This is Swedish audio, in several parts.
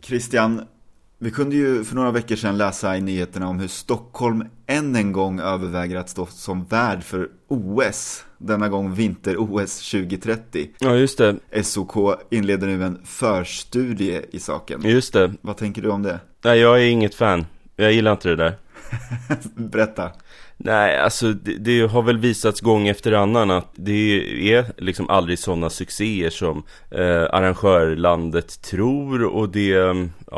Christian, vi kunde ju för några veckor sedan läsa i nyheterna om hur Stockholm än en gång överväger att stå som värd för OS. Denna gång vinter-OS 2030. Ja, just det. SOK inleder nu en förstudie i saken. Just det. Vad tänker du om det? Nej, jag är inget fan. Jag gillar inte det där. Berätta. Nej, alltså det har väl visats gång efter annan att det är liksom aldrig sådana succéer som arrangörlandet tror. Och det,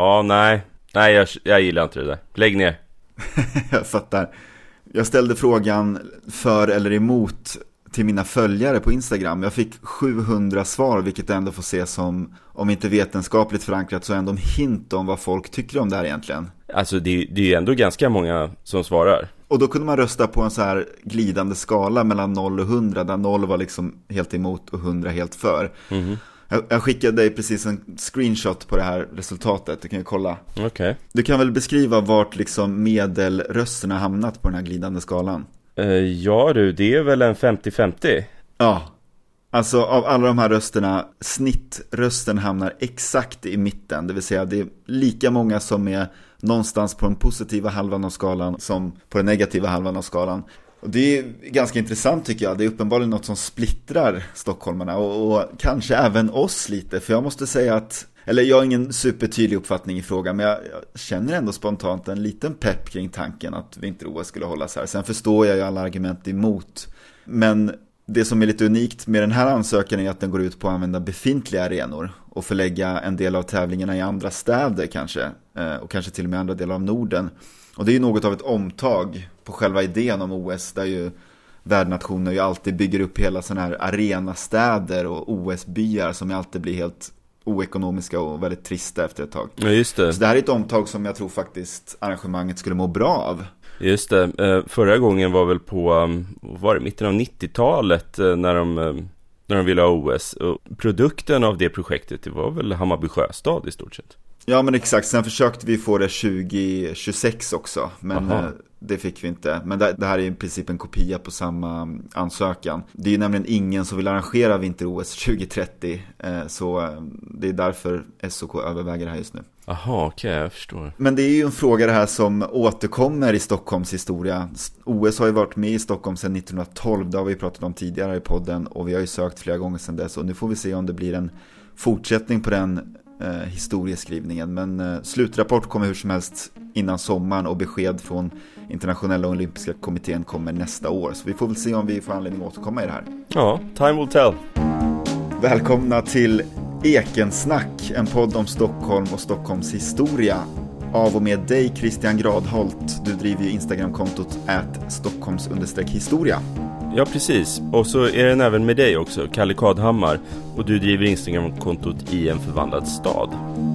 nej, jag gillar inte det där. Lägg ner. Jag fattar. Jag ställde frågan för eller emot till mina följare på Instagram. Jag fick 700 svar, vilket ändå får ses som, om inte vetenskapligt förankrat, så ändå en hint om vad folk tycker om det här egentligen. Alltså det är ändå ganska många som svarar. Och då kunde man rösta på en så här glidande skala mellan 0 och 100, där 0 var liksom helt emot och 100 helt för. Mm-hmm. Jag skickade dig precis en screenshot på det här resultatet. Du kan ju kolla. Okay. Du kan väl beskriva vart liksom medelrösterna hamnat på den här glidande skalan? Ja du, det är väl en 50-50. Ja, alltså av alla de här rösterna, snittrösten hamnar exakt i mitten. Det vill säga det är lika många som är någonstans på den positiva halvan av skalan som på den negativa halvan av skalan. Och det är ganska intressant tycker jag. Det är uppenbarligen något som splittrar stockholmarna och kanske även oss lite. För jag måste säga att, eller jag har ingen supertydlig uppfattning i frågan, men jag känner ändå spontant en liten pepp kring tanken att vinter-OS skulle hållas här. Sen förstår jag ju alla argument emot. Men det som är lite unikt med den här ansökan är att den går ut på att använda befintliga arenor och förlägga en del av tävlingarna i andra städer kanske. Och kanske till och med andra delar av Norden. Och det är ju något av ett omtag på själva idén om OS, där ju värdnationer ju alltid bygger upp hela sådana här arenastäder och OS-byar som ju alltid blir helt oekonomiska och väldigt trista efter ett tag. Ja, just det. Så det här är ett omtag som jag tror faktiskt arrangemanget skulle må bra av. Just det. Förra gången var väl på mitten av 90-talet när de ville ha OS. Och produkten av det projektet, det var väl Hammarby Sjöstad i stort sett. Ja, men exakt. Sen försökte vi få det 2026 också, men det fick vi inte. Men det här är i princip en kopia på samma ansökan. Det är ju nämligen ingen som vill arrangera vinter-OS 2030, så det är därför SOK överväger det här just nu. Aha, okej, jag förstår. Men det är ju en fråga det här som återkommer i Stockholms historia. OS har ju varit med i Stockholm sedan 1912, det har vi pratat om tidigare i podden, och vi har ju sökt flera gånger sedan dess, och nu får vi se om det blir en fortsättning på den historieskrivningen. Men slutrapport kommer hur som helst innan sommaren, och besked från Internationella Olympiska kommittén kommer nästa år. Så vi får väl se om vi får anledning att återkomma i det här. Ja, time will tell. Välkomna till Ekensnack, en podd om Stockholm och Stockholms historia. Av och med dig, Christian Gradholt. Du driver ju Instagramkontot @stockholms_historia. Ja, precis. Och så är den även med dig också, Kalle Kadhammar. Och du driver Instagram-kontot I en förvandlad stad.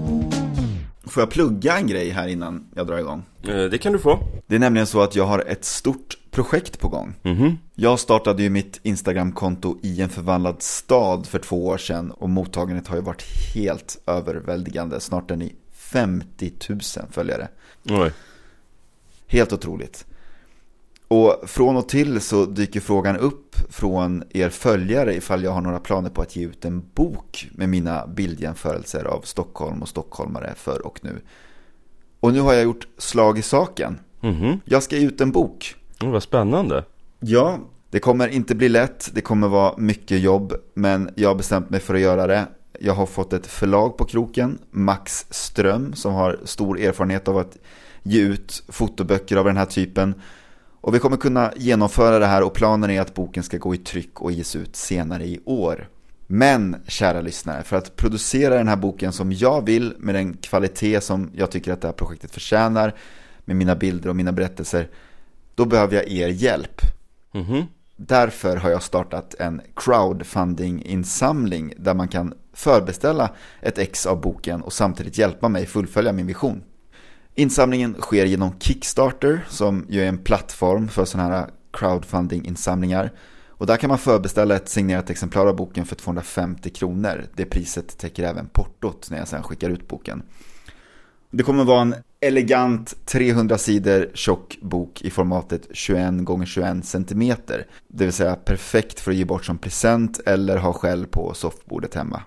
Får jag plugga en grej här innan jag drar igång? Det kan du få. Det är nämligen så att jag har ett stort projekt på gång. Mm-hmm. Jag startade ju mitt Instagram-konto I en förvandlad stad för 2 år sedan. Och mottagandet har ju varit helt överväldigande. Snart är ni 50 000 följare. Oj. Helt otroligt. Och från och till så dyker frågan upp från er följare ifall jag har några planer på att ge ut en bok med mina bildjämförelser av Stockholm och stockholmare för och nu. Och nu har jag gjort slag i saken. Mm-hmm. Jag ska ge ut en bok. Vad spännande. Ja, det kommer inte bli lätt. Det kommer vara mycket jobb, men jag har bestämt mig för att göra det. Jag har fått ett förlag på kroken, Max Ström, som har stor erfarenhet av att ge ut fotoböcker av den här typen. Och vi kommer kunna genomföra det här, och planen är att boken ska gå i tryck och ges ut senare i år. Men, kära lyssnare, för att producera den här boken som jag vill, med den kvalitet som jag tycker att det här projektet förtjänar, med mina bilder och mina berättelser, då behöver jag er hjälp. Mm-hmm. Därför har jag startat en crowdfunding-insamling där man kan förbeställa ett ex av boken och samtidigt hjälpa mig fullfölja min vision. Insamlingen sker genom Kickstarter, som ju är en plattform för sådana här crowdfunding-insamlingar. Och där kan man förbeställa ett signerat exemplar av boken för 250 kronor. Det priset täcker även portot när jag sedan skickar ut boken. Det kommer vara en elegant 300 sidor tjock bok i formatet 21x21 cm. Det vill säga perfekt för att ge bort som present eller ha själv på soffbordet hemma.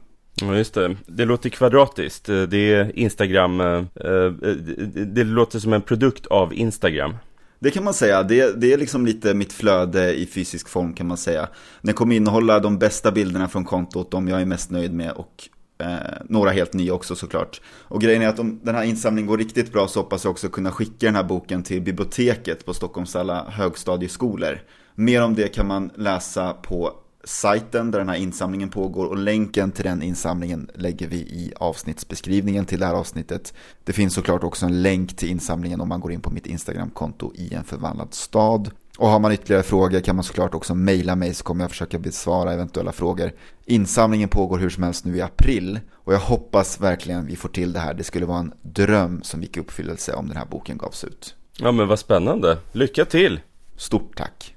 Ja, just det. Det låter kvadratiskt. Det är Instagram. Det låter som en produkt av Instagram. Det kan man säga, det är liksom lite mitt flöde i fysisk form kan man säga. Den kommer innehålla de bästa bilderna från kontot, de jag är mest nöjd med och några helt nya också såklart. Och grejen är att om den här insamlingen går riktigt bra så hoppas jag också kunna skicka den här boken till biblioteket på Stockholms alla högstadieskolor. Mer om det kan man läsa på sajten där den här insamlingen pågår och länken till den insamlingen lägger vi i avsnittsbeskrivningen till det här avsnittet. Det finns såklart också en länk till insamlingen om man går in på mitt Instagramkonto i en förvandlad stad. Och har man ytterligare frågor kan man såklart också mejla mig så kommer jag försöka besvara eventuella frågor. Insamlingen pågår hur som helst nu i april och jag hoppas verkligen vi får till det här. Det skulle vara en dröm som gick i uppfyllelse om den här boken gavs ut. Ja men vad spännande, lycka till! Stort tack!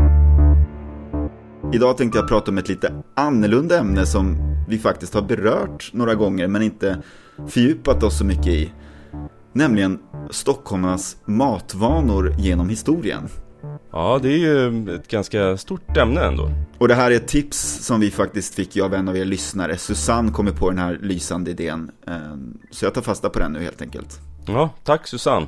Idag tänkte jag prata om ett lite annorlunda ämne som vi faktiskt har berört några gånger men inte fördjupat oss så mycket i. Nämligen stockholmarnas matvanor genom historien. Ja, det är ju ett ganska stort ämne ändå. Och det här är ett tips som vi faktiskt fick av en av er lyssnare. Susanne kommer på den här lysande idén. Så jag tar fasta på den nu helt enkelt. Ja, tack Susanne.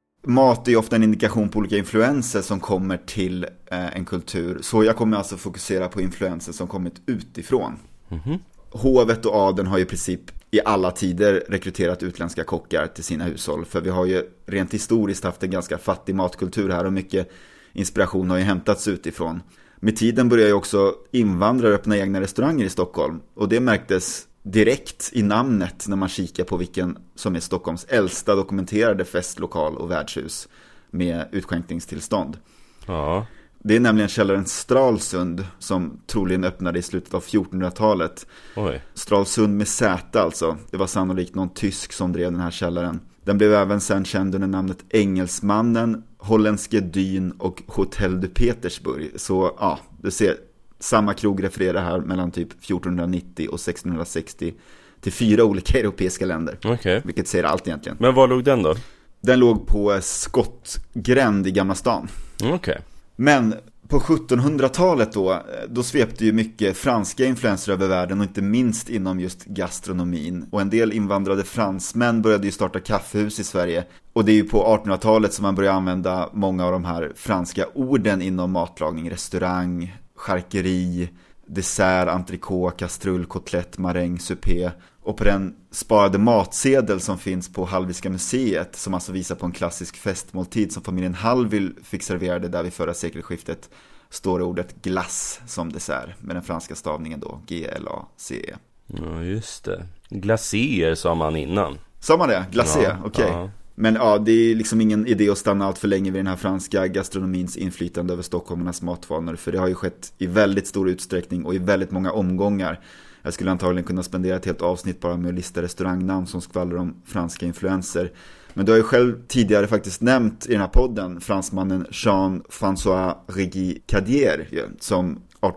Mat är ofta en indikation på olika influenser som kommer till en kultur. Så jag kommer alltså fokusera på influenser som kommit utifrån. Mm-hmm. Hovet och adeln har ju i princip i alla tider rekryterat utländska kockar till sina hushåll. För vi har ju rent historiskt haft en ganska fattig matkultur här och mycket inspiration har ju hämtats utifrån. Med tiden började ju också invandrare öppna egna restauranger i Stockholm. Och det märktes direkt i namnet när man kikar på vilken som är Stockholms äldsta dokumenterade festlokal och värdshus med utskänkningstillstånd. Ja. Det är nämligen källaren Stralsund som troligen öppnade i slutet av 1400-talet. Oj. Stralsund med Z alltså. Det var sannolikt någon tysk som drev den här källaren. Den blev även sen känd under namnet Engelsmannen, Holländske Dyn och Hotel de Petersburg. Så ja, du ser, samma krog refererar här mellan typ 1490 och 1660 till 4 olika europeiska länder. Okay. Vilket säger allt egentligen. Men var låg den då? Den låg på Skottgränd i Gamla stan. Okay. Men på 1700-talet då svepte ju mycket franska influenser över världen och inte minst inom just gastronomin. Och en del invandrade fransmän började ju starta kaffehus i Sverige. Och det är ju på 1800-talet som man började använda många av de här franska orden inom matlagning, restaurang, charkeri, dessert, entrecote, kastrull, kotlett, maräng, supé. Och på den sparade matsedel som finns på Hallwylska museet, som alltså visar på en klassisk festmåltid som familjen Hallwyl fick serverade där vid förra sekelskiftet, står ordet glass som dessert med den franska stavningen då, G-L-A-C-E. Ja, just det. Glacéer sa man innan. Sa man det? Glacé, ja, okej. Ja. Men ja, det är liksom ingen idé att stanna allt för länge vid den här franska gastronomins inflytande över stockholmarnas matvanor. För det har ju skett i väldigt stor utsträckning och i väldigt många omgångar. Jag skulle antagligen kunna spendera ett helt avsnitt bara med att lista restaurangnamn som skvallrar om franska influenser. Men du har ju själv tidigare faktiskt nämnt i den här podden fransmannen Jean-François Regis Cadier som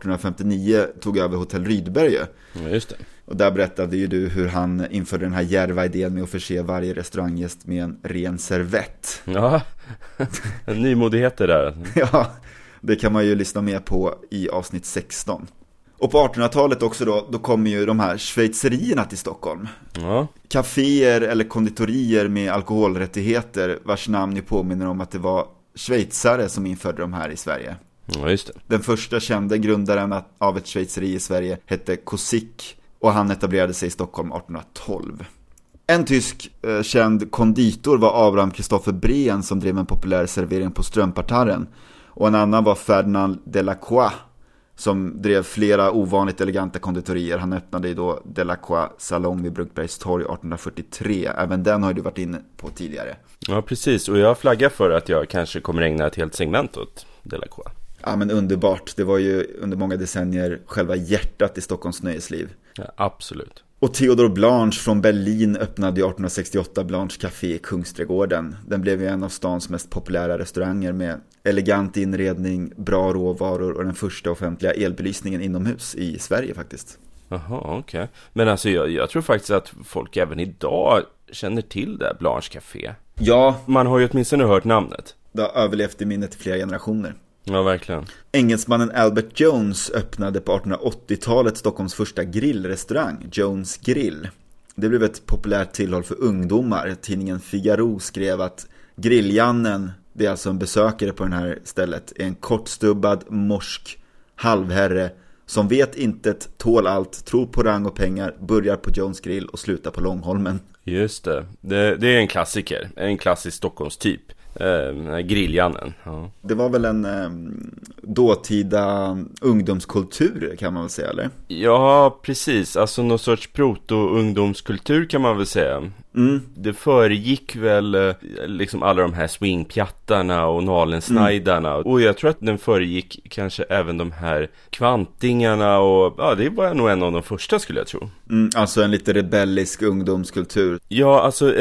1859 tog över Hotell Rydberg. Ja, just det. Och där berättade ju du hur han införde den här djärva idén med att förse varje restauranggäst med en ren servett. Ja, en nymodighet är där. Ja, det kan man ju lyssna mer på i avsnitt 16. Och på 1800-talet också då kommer ju de här schweizerierna till Stockholm. Ja. Caféer eller konditorier med alkoholrättigheter vars namn ju påminner om att det var schweizare som införde de här i Sverige. Ja, just det. Den första kände grundaren av ett schweizeri i Sverige hette Kossik och han etablerade sig i Stockholm 1812. En tysk känd konditor var Abraham Christopher Breen som drev en populär servering på Strömparterren. Och en annan var Ferdinand Delacroix som drev flera ovanligt eleganta konditorier. Han öppnade ju då Delacroix salong vid Brunkbergs torg 1843. Även den har du varit inne på tidigare. Ja, precis. Och jag flaggar för att jag kanske kommer ägna ett helt segment åt Delacroix. Ja, men underbart. Det var ju under många decennier själva hjärtat i Stockholms nöjesliv. Ja, absolut. Och Theodor Blanche från Berlin öppnade 1868 Blanche Café i Kungsträdgården. Den blev ju en av stans mest populära restauranger med elegant inredning, bra råvaror och den första offentliga elbelysningen inomhus i Sverige faktiskt. Jaha, okej. Men alltså jag tror faktiskt att folk även idag känner till det, Blanche Café. Ja. Man har ju åtminstone hört namnet. Det har överlevt i minnet i flera generationer. Ja, verkligen. Engelsmannen Albert Jones öppnade på 1880-talet Stockholms första grillrestaurang, Jones Grill. Det blev ett populärt tillhåll för ungdomar. Tidningen Figaro skrev att Grilljannen, det är alltså en besökare på det här stället, är en kortstubbad, morsk halvherre som vet intet, tål allt, tror på rang och pengar, börjar på Jones Grill och slutar på Långholmen. Just det. Det är en klassiker. En klassisk Stockholmstyp. Grilljannen. Ja. Det var väl en dåtida ungdomskultur kan man väl säga, eller? Ja, precis. Alltså någon sorts proto-ungdomskultur kan man väl säga. Det föregick väl liksom alla de här swingpjattarna och nalensnajdarna. Och jag tror att den föregick kanske även de här kvantingarna. Och ja, det var nog en av de första, skulle jag tro. Alltså en lite rebellisk ungdomskultur. Ja, alltså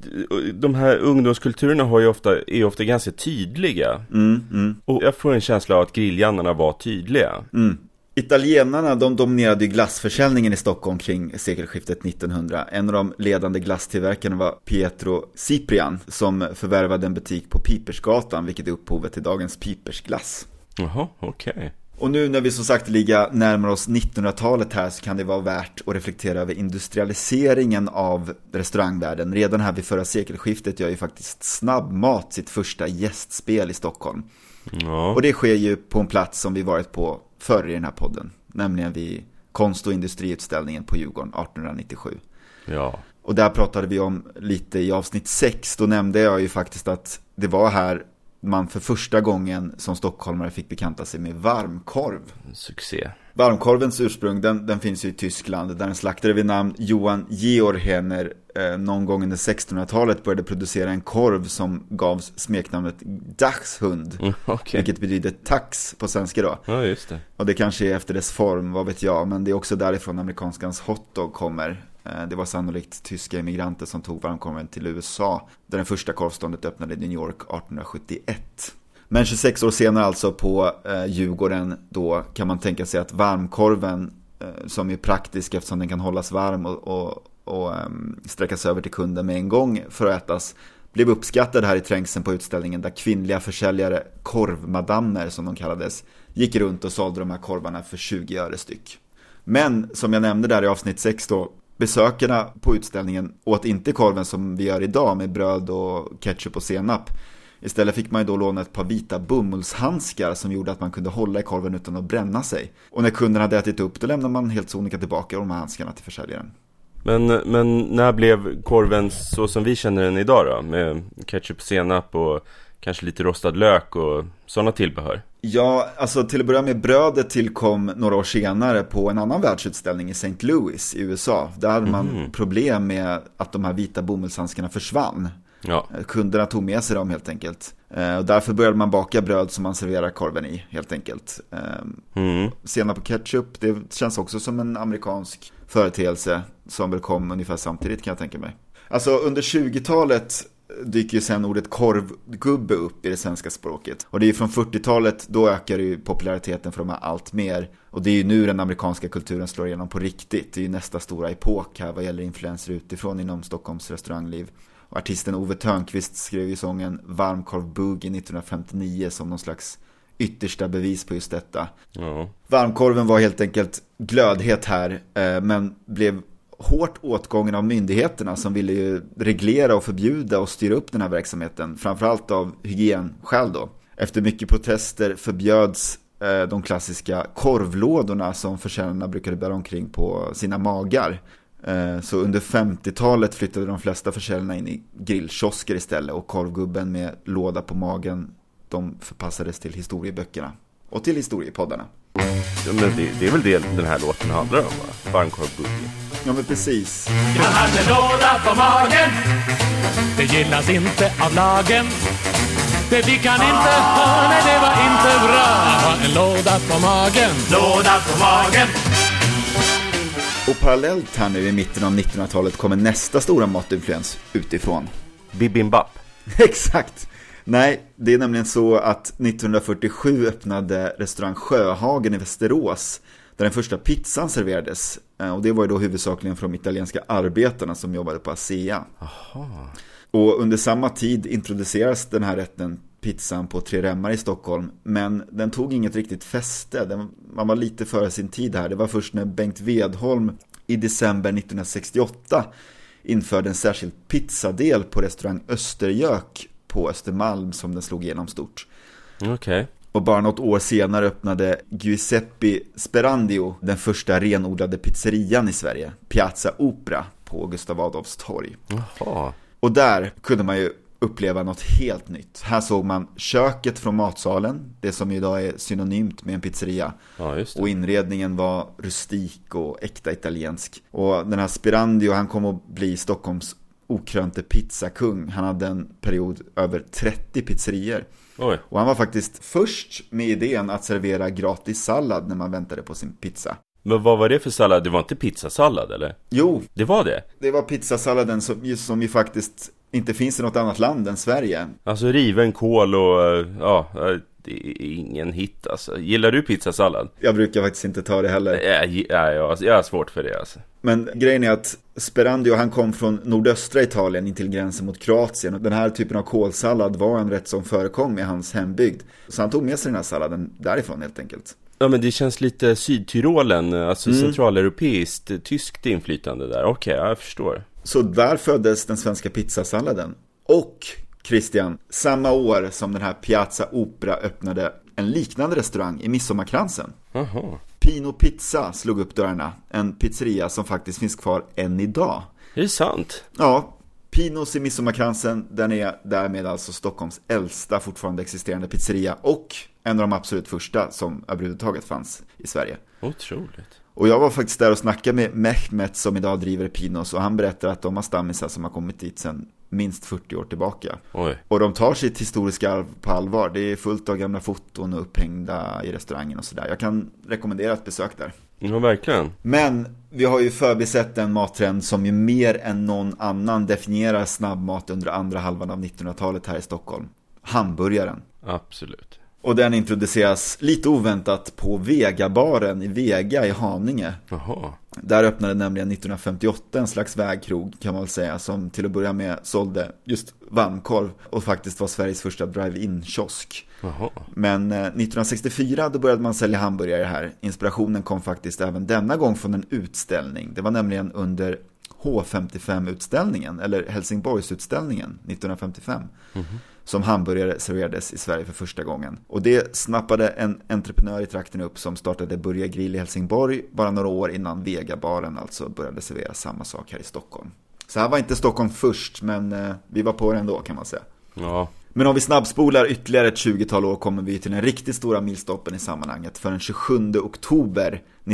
de här ungdomskulturerna är ofta ganska tydliga. Och jag får en känsla av att grilljannarna var tydliga. Italienarna, de dominerade ju glassförsäljningen i Stockholm kring sekelskiftet 1900. En av de ledande glasstillverkarna var Pietro Ciprian, som förvärvade en butik på Pipersgatan, vilket är upphovet till dagens Pipersglass. Jaha, okej. Och nu när vi som sagt ligger närmare oss 1900-talet här, så kan det vara värt att reflektera över industrialiseringen av restaurangvärlden. Redan här vid förra sekelskiftet gör ju faktiskt snabbmat sitt första gästspel i Stockholm. Ja. Och det sker ju på en plats som vi varit på förr i den här podden, nämligen vid konst- och industriutställningen på Djurgården 1897. Ja. Och där pratade vi om lite i avsnitt 6. Då nämnde jag ju faktiskt att det var här man för första gången som stockholmare fick bekanta sig med varmkorv. Succé. Varmkorvens ursprung, den finns ju i Tyskland, där en slaktare vid namn Johan Georghener någon gång under 1600-talet började producera en korv som gavs smeknamnet Dachshund, vilket betyder tax på svenska då. Ja, just det. Och det kanske är efter dess form, vad vet jag, men det är också därifrån amerikanskans hotdog kommer. Det var sannolikt tyska immigranter som tog varmkorven till USA, där den första korvståndet öppnade i New York 1871. Men 26 år senare alltså på Djurgården, då kan man tänka sig att varmkorven, som är praktisk eftersom den kan hållas varm och sträckas över till kunden med en gång för att ätas, blev uppskattad här i trängseln på utställningen, där kvinnliga försäljare, korvmadammer som de kallades, gick runt och sålde de här korvarna för 20 öre styck. Men som jag nämnde där i avsnitt 6 då, besökarna på utställningen åt inte korven som vi gör idag med bröd och ketchup och senap. Istället fick man ju då låna ett par vita bomullshandskar som gjorde att man kunde hålla i korven utan att bränna sig. Och när kunden hade ätit upp, då lämnade man helt sonika tillbaka de här handskarna till försäljaren. Men när blev korven så som vi känner den idag då? Med ketchup, senap och kanske lite rostad lök och sådana tillbehör? Ja, alltså till att börja med, brödet tillkom några år senare på en annan världsutställning i St. Louis i USA. Där hade man problem med att de här vita bomullshandskarna försvann. Ja. Kunderna tog med sig dem helt enkelt. Och därför började man baka bröd som man serverar korven i helt enkelt. Senap på ketchup, det känns också som en amerikansk företeelse som väl kom ungefär samtidigt, kan jag tänka mig. Alltså under 20-talet dyker ju sen ordet korvgubbe upp i det svenska språket. Och det är ju från 40-talet, då ökar ju populariteten för de här allt mer. Och det är ju nu den amerikanska kulturen slår igenom på riktigt. Det är ju nästa stora epok här vad gäller influenser utifrån inom Stockholms restaurangliv. Och artisten Ove Thörnqvist skrev ju sången Varmkorv Boogie 1959 som någon slags yttersta bevis på just detta. Ja. Varmkorven var helt enkelt glödhet här, men blev hårt åtgången av myndigheterna som ville ju reglera och förbjuda och styra upp den här verksamheten, framförallt av hygienskäl då. Efter mycket protester förbjöds de klassiska korvlådorna som försäljarna brukade bära omkring på sina magar. Så under 50-talet flyttade de flesta försäljarna in i grillkiosker istället, och korvgubben med låda på magen, de förpassades till historieböckerna och till historiepoddarna. Ja, men det är väl det den här låten handlar om, va? Varmkorv Boogie. Ja, men precis. Jag hade låda på magen. Det gillas inte av lagen. Det fick han inte ha, nej det var inte bra. Jag har en låda på magen. Låda på magen. Och parallellt här nu i mitten av 1900-talet kommer nästa stora matinfluens utifrån. Bibimbap. Exakt. Nej, det är nämligen så att 1947 öppnade restaurang Sjöhagen i Västerås, där den första pizzan serverades. Och det var ju då huvudsakligen från de italienska arbetarna som jobbade på ASEA. Aha. Och under samma tid introduceras den här rätten pizzan på Tre Remmar i Stockholm, men den tog inget riktigt fäste. Man var lite före sin tid här. Det var först när Bengt Vedholm i december 1968 införde en särskild pizzadel på restaurang Östergök på Östermalm som den slog igenom stort. Okej. Och bara något år senare öppnade Giuseppe Sperandio den första renodlade pizzerian i Sverige, Piazza Opera på Gustav Adolfs torg. Jaha. Och där kunde man ju uppleva något helt nytt. Här såg man köket från matsalen, det som idag är synonymt med en pizzeria. Ja, just det. Och inredningen var rustik och äkta italiensk. Och den här Sperandio, han kom att bli Stockholms okrönte pizzakung. Han hade en period över 30 pizzerier. Oj. Och han var faktiskt först med idén att servera gratis sallad när man väntade på sin pizza. Men vad var det för sallad? Det var inte pizzasallad, eller? Jo, Det var det? det var pizzasalladen som ju faktiskt inte finns i något annat land än Sverige. Alltså riven kål och ja, det är ingen hit alltså. Gillar du pizzasallad? Jag brukar faktiskt inte ta det heller. Jag har svårt för det alltså. Men grejen är att Sperandio, han kom från nordöstra Italien in till gränsen mot Kroatien. Och den här typen av kålsallad var en rätt som förekom i hans hembygd. Så han tog med sig den här salladen därifrån helt enkelt. Ja, men det känns lite Sydtyrolen, alltså centraleuropeiskt, tyskt inflytande där. Okej, jag förstår. Så där föddes den svenska pizzasalladen. Och Christian, samma år som den här Piazza Opera öppnade en liknande restaurang i Midsommarkransen. Jaha. Pino Pizza slog upp dörrarna. En pizzeria som faktiskt finns kvar än idag. Är det sant? Ja, Pinos i Midsommarkransen, den är därmed alltså Stockholms äldsta fortfarande existerande pizzeria. Och en av de absolut första som överhuvudtaget fanns i Sverige. Otroligt. Och jag var faktiskt där och snackade med Mehmet som idag driver Pinos. Och han berättar att de har stammisar som har kommit dit sedan minst 40 år tillbaka. Oj. Och de tar sitt historiska arv på allvar. Det är fullt av gamla foton och upphängda i restaurangen och sådär. Jag kan rekommendera ett besök där. Ja, verkligen. Men vi har ju förbisett en mattrend som ju mer än någon annan definierar snabbmat under andra halvan av 1900-talet här i Stockholm. Hamburgaren. Absolut. Och den introduceras lite oväntat på Vegabaren i Vega i Haninge. Jaha. Där öppnade nämligen 1958 en slags vägkrog kan man väl säga, som till att börja med sålde just varmkorv och faktiskt var Sveriges första drive-in-kiosk. Jaha. Men 1964 då började man sälja hamburgare här. Inspirationen kom faktiskt även denna gång från en utställning. Det var nämligen under H55-utställningen, eller Helsingborgsutställningen 1955. Som hamburgare serverades i Sverige för första gången. Och det snappade en entreprenör i trakten upp som startade Burgargrill i Helsingborg bara några år innan Vegabaren alltså började servera samma sak här i Stockholm. Så här var inte Stockholm först, men vi var på det ändå kan man säga. Ja. Men om vi snabbspolar ytterligare ett 20-tal år kommer vi till den riktigt stora milstoppen i sammanhanget. För den 27 oktober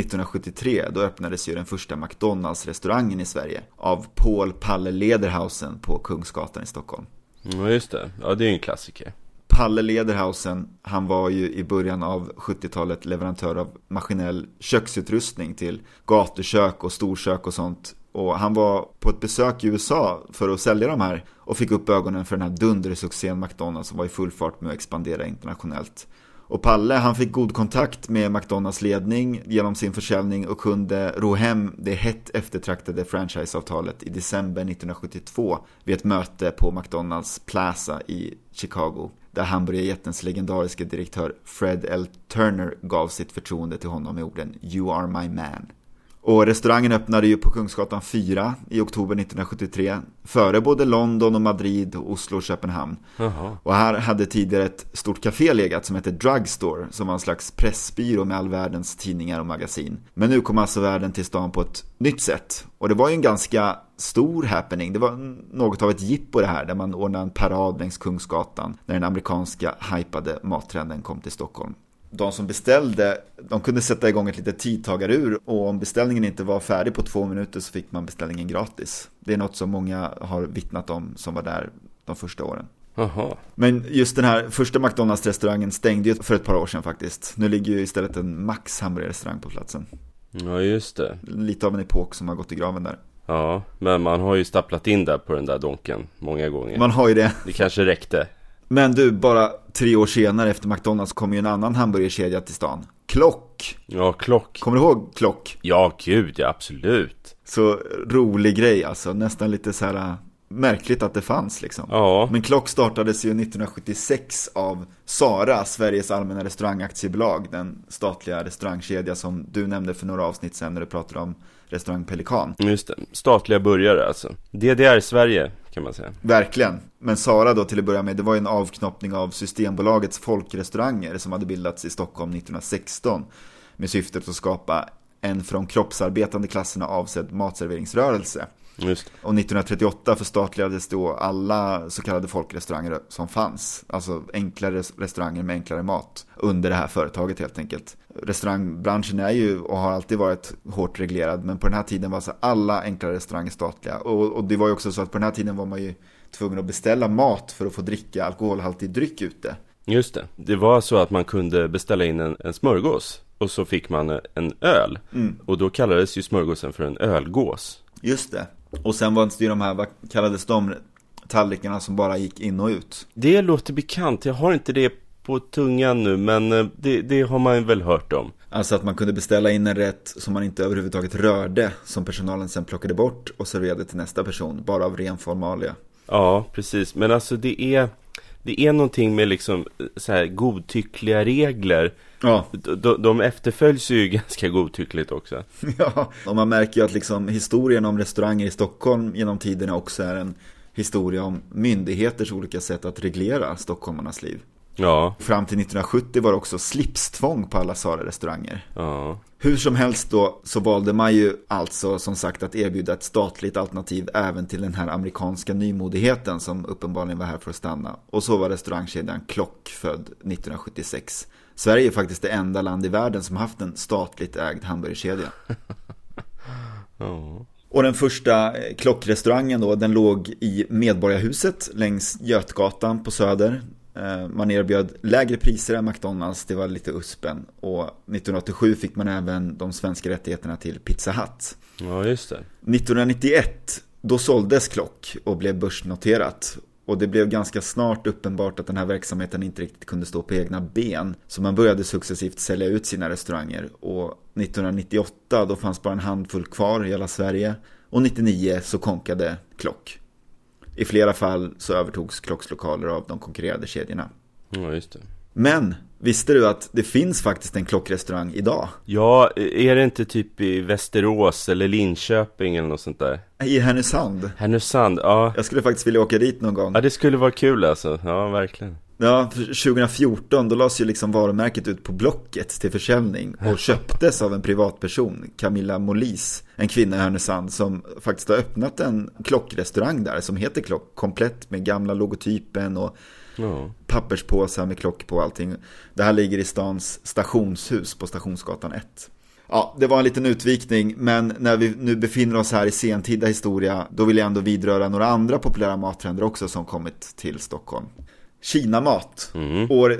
1973 då öppnades ju den första McDonalds-restaurangen i Sverige av Paul Palle Lederhausen på Kungsgatan i Stockholm. Ja, just det. Ja, det är ju en klassiker. Palle Lederhausen, han var ju i början av 70-talet leverantör av maskinell köksutrustning till gatukök och storkök och sånt. Och han var på ett besök i USA för att sälja de här och fick upp ögonen för den här dundersuccén McDonalds som var i full fart med att expandera internationellt. Och Palle, han fick god kontakt med McDonalds ledning genom sin försäljning och kunde ro hem det hett eftertraktade franchiseavtalet i december 1972 vid ett möte på McDonalds Plaza i Chicago, där hamburgerjättens legendariska direktör Fred L. Turner gav sitt förtroende till honom med orden "You are my man". Och restaurangen öppnade ju på Kungsgatan 4 i oktober 1973, före både London och Madrid, Oslo och Köpenhamn. Jaha. Och här hade tidigare ett stort café legat som hette Drugstore, som var en slags pressbyrå med all världens tidningar och magasin. Men nu kom alltså världen till stan på ett nytt sätt. Och det var ju en ganska stor happening. Det var något av ett jippo det här, där man ordnade en parad längs Kungsgatan när den amerikanska hypade mattrenden kom till Stockholm. De som beställde, de kunde sätta igång ett litet tidtagarur, och om beställningen inte var färdig på 2 minuter så fick man beställningen gratis. Det är något som många har vittnat om som var där de första åren. Jaha. Men just den här första McDonalds-restaurangen stängde ju för ett par år sedan faktiskt. Nu ligger ju istället en Max hamburgerrestaurang på platsen. Ja, just det. Lite av en epok som har gått i graven där. Ja, men man har ju stapplat in där på den där donken många gånger. Man har ju det. Det kanske räckte. Men du, bara 3 år senare efter McDonalds kom ju en annan hamburgerkedja till stan. Klock. Ja, Klock. Kommer du ihåg Klock? Ja, gud, ja, absolut. Så rolig grej alltså, nästan lite så här märkligt att det fanns liksom. Ja. Men Klock startades ju 1976 av Sara, Sveriges allmänna restaurangaktiebolag, den statliga restaurangkedja som du nämnde för några avsnitt sedan när du pratade om restaurang Pelikan. Just det, statliga burgare alltså. DDR Sverige kan man säga. Verkligen, men Sara då till att börja med, det var ju en avknoppning av Systembolagets folkrestauranger som hade bildats i Stockholm 1916 med syftet att skapa en från kroppsarbetande klasserna avsedd matserveringsrörelse. Just det. Och 1938 förstatligades då alla så kallade folkrestauranger som fanns. Alltså enklare restauranger med enklare mat under det här företaget helt enkelt. Restaurangbranschen är ju och har alltid varit hårt reglerad, men på den här tiden var så alla enklare restauranger statliga. Och det var ju också så att på den här tiden var man ju tvungen att beställa mat för att få dricka alkoholhaltig dryck ute. Just det, det var så att man kunde beställa in en smörgås och så fick man en öl. Och då kallades ju smörgåsen för en ölgås. Just det. Och sen var det ju de här, vad kallades de, tallrikarna som bara gick in och ut? Det låter bekant, jag har inte det på tungan nu, men det har man väl hört om. Alltså att man kunde beställa in en rätt som man inte överhuvudtaget rörde, som personalen sen plockade bort och serverade till nästa person, bara av ren formalia. Ja, precis, men alltså det är någonting med liksom så här godtyckliga regler. Ja. De efterföljs ju ganska godtyckligt också. Ja, och man märker ju att liksom historien om restauranger i Stockholm genom tiderna också är en historia om myndigheters olika sätt att reglera stockholmarnas liv. Ja. Fram till 1970 var det också slipstvång på alla Sara-restauranger. Ja. Hur som helst då så valde man ju alltså som sagt att erbjuda ett statligt alternativ även till den här amerikanska nymodigheten som uppenbarligen var här för att stanna. Och så var restaurangkedjan Klock född 1976. Sverige är faktiskt det enda land i världen som haft en statligt ägd hamburgerkedja. Ja. Och den första Klockrestaurangen då, den låg i Medborgarhuset längs Götgatan på Söder. Man erbjöd lägre priser än McDonalds, det var lite uspen. Och 1987 fick man även de svenska rättigheterna till Pizza Hut. Ja, just det. 1991, då såldes Klock och blev börsnoterat. Och det blev ganska snart uppenbart att den här verksamheten inte riktigt kunde stå på egna ben. Så man började successivt sälja ut sina restauranger. Och 1998, då fanns bara en handfull kvar i hela Sverige. Och 1999 så konkade Klock. I flera fall så övertogs Klocks lokaler av de konkurrerande kedjorna. Ja, just det. Men visste du att det finns faktiskt en Klockrestaurang idag? Ja, är det inte typ i Västerås eller Linköping eller något sånt där? I Härnösand. Härnösand, ja. Jag skulle faktiskt vilja åka dit någon gång. Ja, det skulle vara kul alltså. Ja, verkligen. Ja, 2014 då lades ju liksom varumärket ut på Blocket till försäljning och köptes av en privatperson, Camilla Molis, en kvinna i Härnösand som faktiskt har öppnat en klockrestaurang där som heter Klock, komplett med gamla logotypen och papperspåsar med klock på allting. Det här ligger i stans stationshus på Stationsgatan 1. Ja, det var en liten utvikning, men när vi nu befinner oss här i sentida historia, då vill jag ändå vidröra några andra populära mattrender också som kommit till Stockholm. Kinamat. År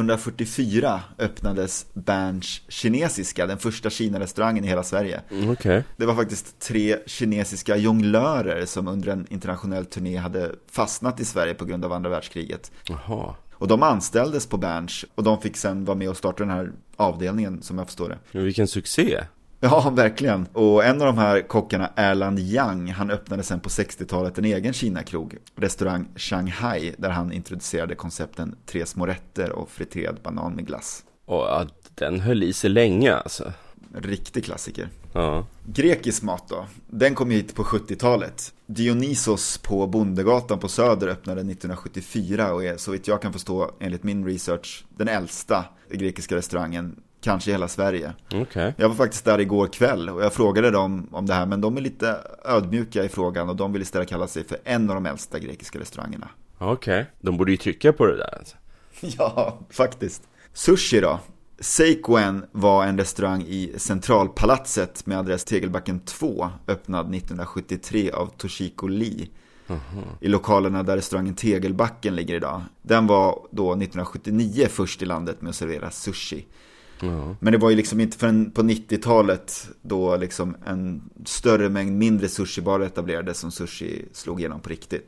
1944 öppnades Berns kinesiska, den första Kina-restaurangen i hela Sverige. Okay. Det var faktiskt 3 kinesiska jonglörer som under en internationell turné hade fastnat i Sverige på grund av andra världskriget. Jaha. Och de anställdes på Berns och de fick sen vara med och starta den här avdelningen som jag förstår det. Men vilken succé! Ja, verkligen. Och en av de här kockarna, Erland Yang, han öppnade sen på 60-talet en egen Kina-krog, restaurang Shanghai, där han introducerade koncepten 3 små rätter och friterad banan med glass. Och den höll i sig länge alltså. Riktig klassiker. Ja. Grekisk mat då, den kom hit på 70-talet. Dionysos på Bondegatan på Söder öppnade 1974 och är, så vitt jag kan förstå, enligt min research, den äldsta grekiska restaurangen kanske i hela Sverige. Okay. Jag var faktiskt där igår kväll och jag frågade dem om det här, men de är lite ödmjuka i frågan och de vill istället kalla sig för en av de äldsta grekiska restaurangerna. Okej, de borde ju trycka på det där alltså. Ja, faktiskt. Sushi då. Seikuen var en restaurang i Centralpalatset med adress Tegelbacken 2, öppnad 1973 av Toshiko Lee. I lokalerna där restaurangen Tegelbacken ligger idag. Den var då 1979 först i landet med att servera sushi. Men det var ju liksom inte förrän på 90-talet då liksom en större mängd mindre sushibarer etablerades som sushi slog igenom på riktigt.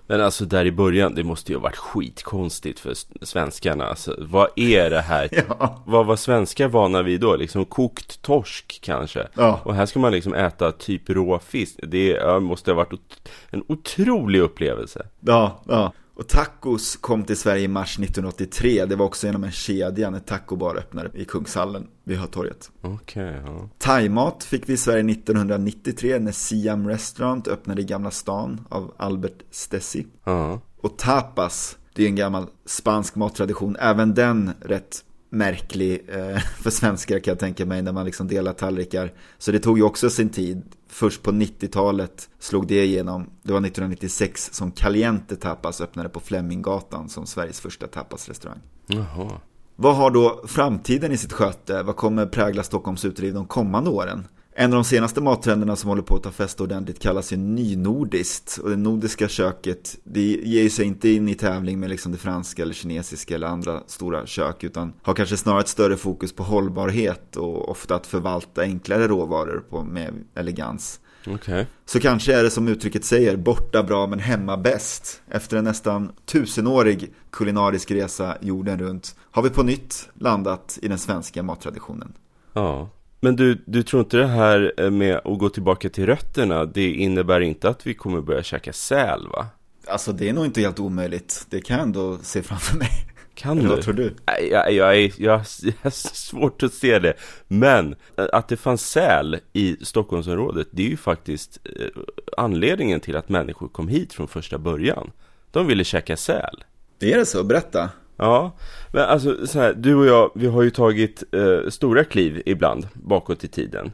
Men alltså där i början, det måste ju ha varit skitkonstigt för svenskarna. Alltså, vad är det här? Ja. Vad var svenskar vana vid då? Liksom kokt torsk kanske. Ja. Och här ska man liksom äta typ råfisk. Det måste ha varit en otrolig upplevelse. Ja, ja. Och tacos kom till Sverige i mars 1983. Det var också genom en kedja när tacobar öppnade i Kungshallen vid Hötorget. Okej, ja. Thaimat fick vi i Sverige 1993 när Siam Restaurant öppnade i Gamla stan av Albert Stessi. Ja. Och tapas, det är en gammal spansk mattradition. Även den rätt märklig för svenskar kan jag tänka mig, när man liksom delar tallrikar. Så det tog ju också sin tid. Först på 90-talet slog det igenom. Det var 1996 som Caliente Tapas öppnade på Fleminggatan som Sveriges första tapasrestaurang. Jaha. Vad har då framtiden i sitt sköte? Vad kommer prägla Stockholms uteliv de kommande åren? En av de senaste mattrenderna som håller på att ta fäste ordentligt kallas ju nynordiskt. Och det nordiska köket, det ger sig inte in i tävling med liksom det franska eller kinesiska eller andra stora kök, utan har kanske snarare ett större fokus på hållbarhet och ofta att förvalta enklare råvaror med elegans. Okay. Så kanske är det som uttrycket säger, borta bra men hemma bäst. Efter en nästan 1000-årig kulinarisk resa jorden runt har vi på nytt landat i den svenska mattraditionen. Ja. Men du tror inte det här med att gå tillbaka till rötterna, det innebär inte att vi kommer börja käka säl, va? Alltså det är nog inte helt omöjligt. Det kan jag ändå se framför mig. Kan du? Vad tror du? Jag har svårt att se det. Men att det fanns säl i Stockholmsområdet, det är ju faktiskt anledningen till att människor kom hit från första början. De ville käka säl. Det är det så? Berätta. Ja, men alltså så här, du och jag, vi har ju tagit stora kliv ibland bakåt i tiden.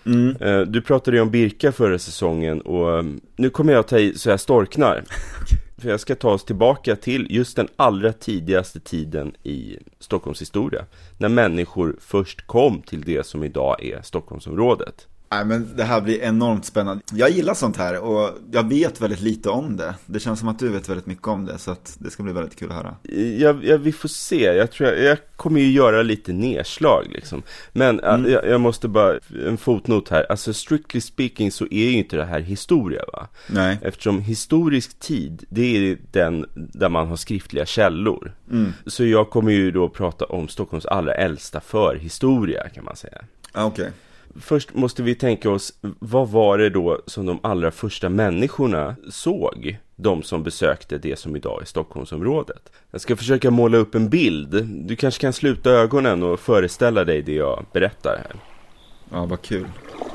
Du pratade ju om Birka förra säsongen och nu kommer jag ta i så jag storknar. För jag ska ta oss tillbaka till just den allra tidigaste tiden i Stockholms historia. När människor först kom till det som idag är Stockholmsområdet. Nej, men det här blir enormt spännande. Jag gillar sånt här och jag vet väldigt lite om det. Det känns som att du vet väldigt mycket om det, så att det ska bli väldigt kul att höra. Vi får se. Jag tror jag kommer ju göra lite nedslag liksom. Men jag måste bara, en fotnot här. Alltså strictly speaking så är ju inte det här historia, va? Nej. Eftersom historisk tid, det är den där man har skriftliga källor. Så jag kommer ju då prata om Stockholms allra äldsta förhistoria, kan man säga. Okej. Först måste vi tänka oss, vad var det då som de allra första människorna såg? De som besökte det som idag är Stockholmsområdet. Jag ska försöka måla upp en bild. Du kanske kan sluta ögonen och föreställa dig det jag berättar här. Ja, vad kul.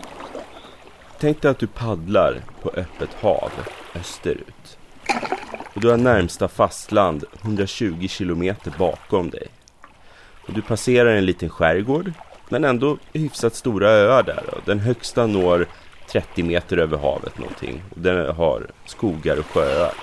Tänk dig att du paddlar på öppet hav österut. Och du har närmsta fastland 120 kilometer bakom dig. Och du passerar en liten skärgård, men ändå hyfsat stora öar där. Den högsta når 30 meter över havet någonting. Den har skogar och sjöar.